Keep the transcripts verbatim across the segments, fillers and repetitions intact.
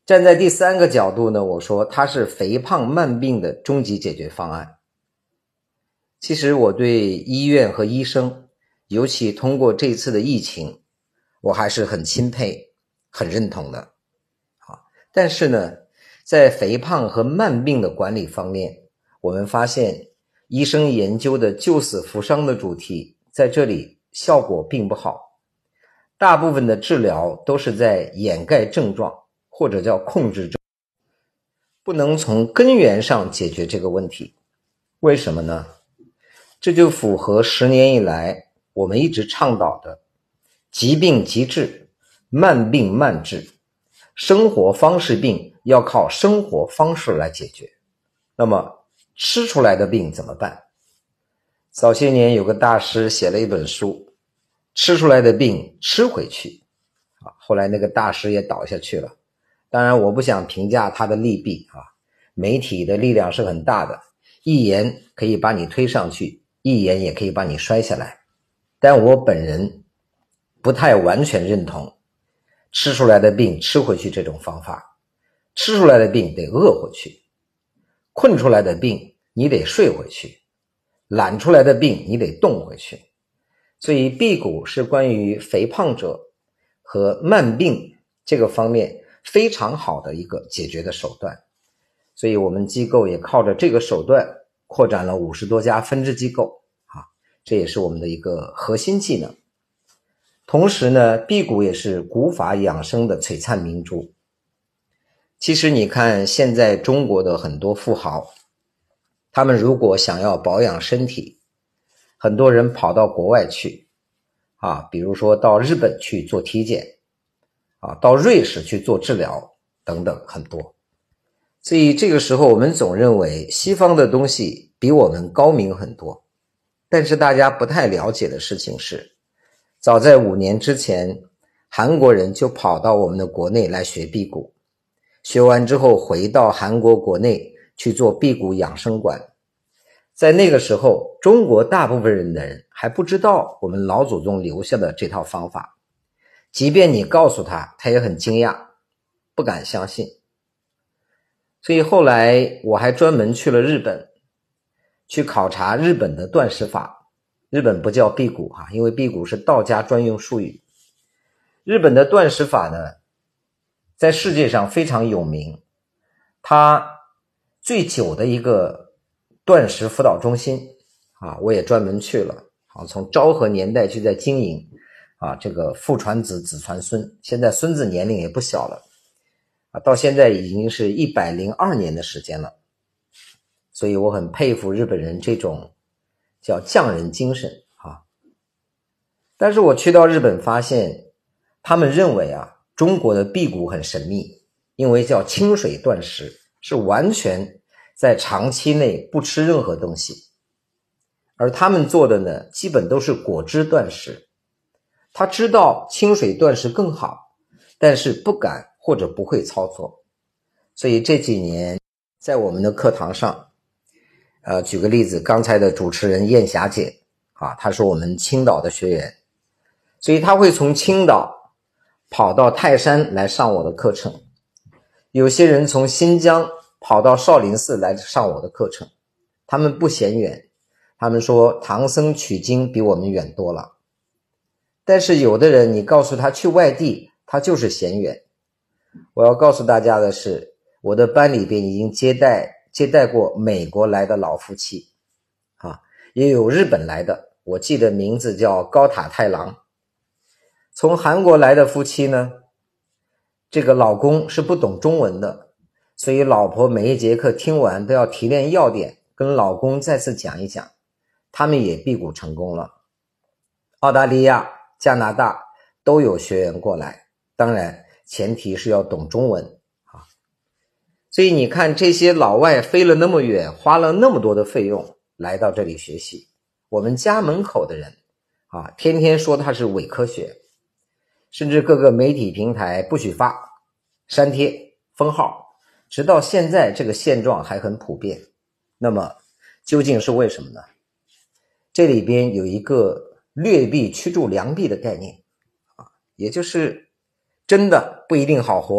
站在第三个角度呢，我说它是肥胖慢病的终极解决方案。其实我对医院和医生，尤其通过这次的疫情，我还是很钦佩很认同的。但是呢，在肥胖和慢病的管理方面，我们发现医生研究的救死扶伤的主题在这里效果并不好，大部分的治疗都是在掩盖症状或者叫控制症，不能从根源上解决这个问题。为什么呢？这就符合十年以来我们一直倡导的疾病急治，慢病慢治，生活方式病要靠生活方式来解决。那么吃出来的病怎么办？早些年有个大师写了一本书，吃出来的病吃回去，后来那个大师也倒下去了。当然我不想评价他的利弊啊，媒体的力量是很大的，一言可以把你推上去，一言也可以把你摔下来。但我本人不太完全认同吃出来的病吃回去这种方法。吃出来的病得饿回去，困出来的病你得睡回去，懒出来的病你得动回去。所以辟谷是关于肥胖者和慢病这个方面非常好的一个解决的手段。所以我们机构也靠着这个手段扩展了五十多家分支机构啊，这也是我们的一个核心技能。同时呢，辟谷也是古法养生的璀璨明珠。其实你看现在中国的很多富豪，他们如果想要保养身体，很多人跑到国外去啊，比如说到日本去做体检啊，到瑞士去做治疗等等很多。所以这个时候我们总认为西方的东西比我们高明很多，但是大家不太了解的事情是，早在五年之前，韩国人就跑到我们的国内来学辟谷，学完之后回到韩国国内去做辟谷养生馆。在那个时候，中国大部分人的人还不知道我们老祖宗留下的这套方法，即便你告诉他，他也很惊讶，不敢相信。所以后来我还专门去了日本，去考察日本的断食法。日本不叫辟谷哈，因为辟谷是道家专用术语。日本的断食法呢，在世界上非常有名，它最久的一个断食辅导中心啊，我也专门去了啊，从昭和年代就在经营啊，这个父传子，子传孙，现在孙子年龄也不小了啊，到现在已经是一百零二年的时间了。所以我很佩服日本人这种叫匠人精神啊。但是我去到日本发现，他们认为啊，中国的辟谷很神秘，因为叫清水断食，是完全在长期内不吃任何东西。而他们做的呢，基本都是果汁断食。他知道清水断食更好，但是不敢或者不会操作。所以这几年在我们的课堂上，呃，举个例子，刚才的主持人燕霞姐啊，她是我们青岛的学员，所以她会从青岛跑到泰山来上我的课程。有些人从新疆跑到少林寺来上我的课程，他们不嫌远，他们说唐僧取经比我们远多了。但是有的人你告诉他去外地，他就是嫌远。我要告诉大家的是，我的班里边已经接待接待过美国来的老夫妻啊，也有日本来的，我记得名字叫高塔太郎。从韩国来的夫妻呢，这个老公是不懂中文的，所以老婆每一节课听完都要提炼要点，跟老公再次讲一讲，他们也辟谷成功了。澳大利亚、加拿大都有学员过来，当然前提是要懂中文啊。所以你看这些老外飞了那么远，花了那么多的费用来到这里学习，我们家门口的人啊，天天说它是伪科学，甚至各个媒体平台不许发，删帖封号，直到现在这个现状还很普遍。那么究竟是为什么呢？这里边有一个劣币驱逐良币的概念啊，也就是真的不一定好活，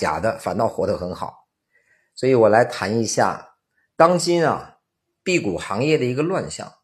假的反倒活得很好。所以我来谈一下当今啊辟谷行业的一个乱象。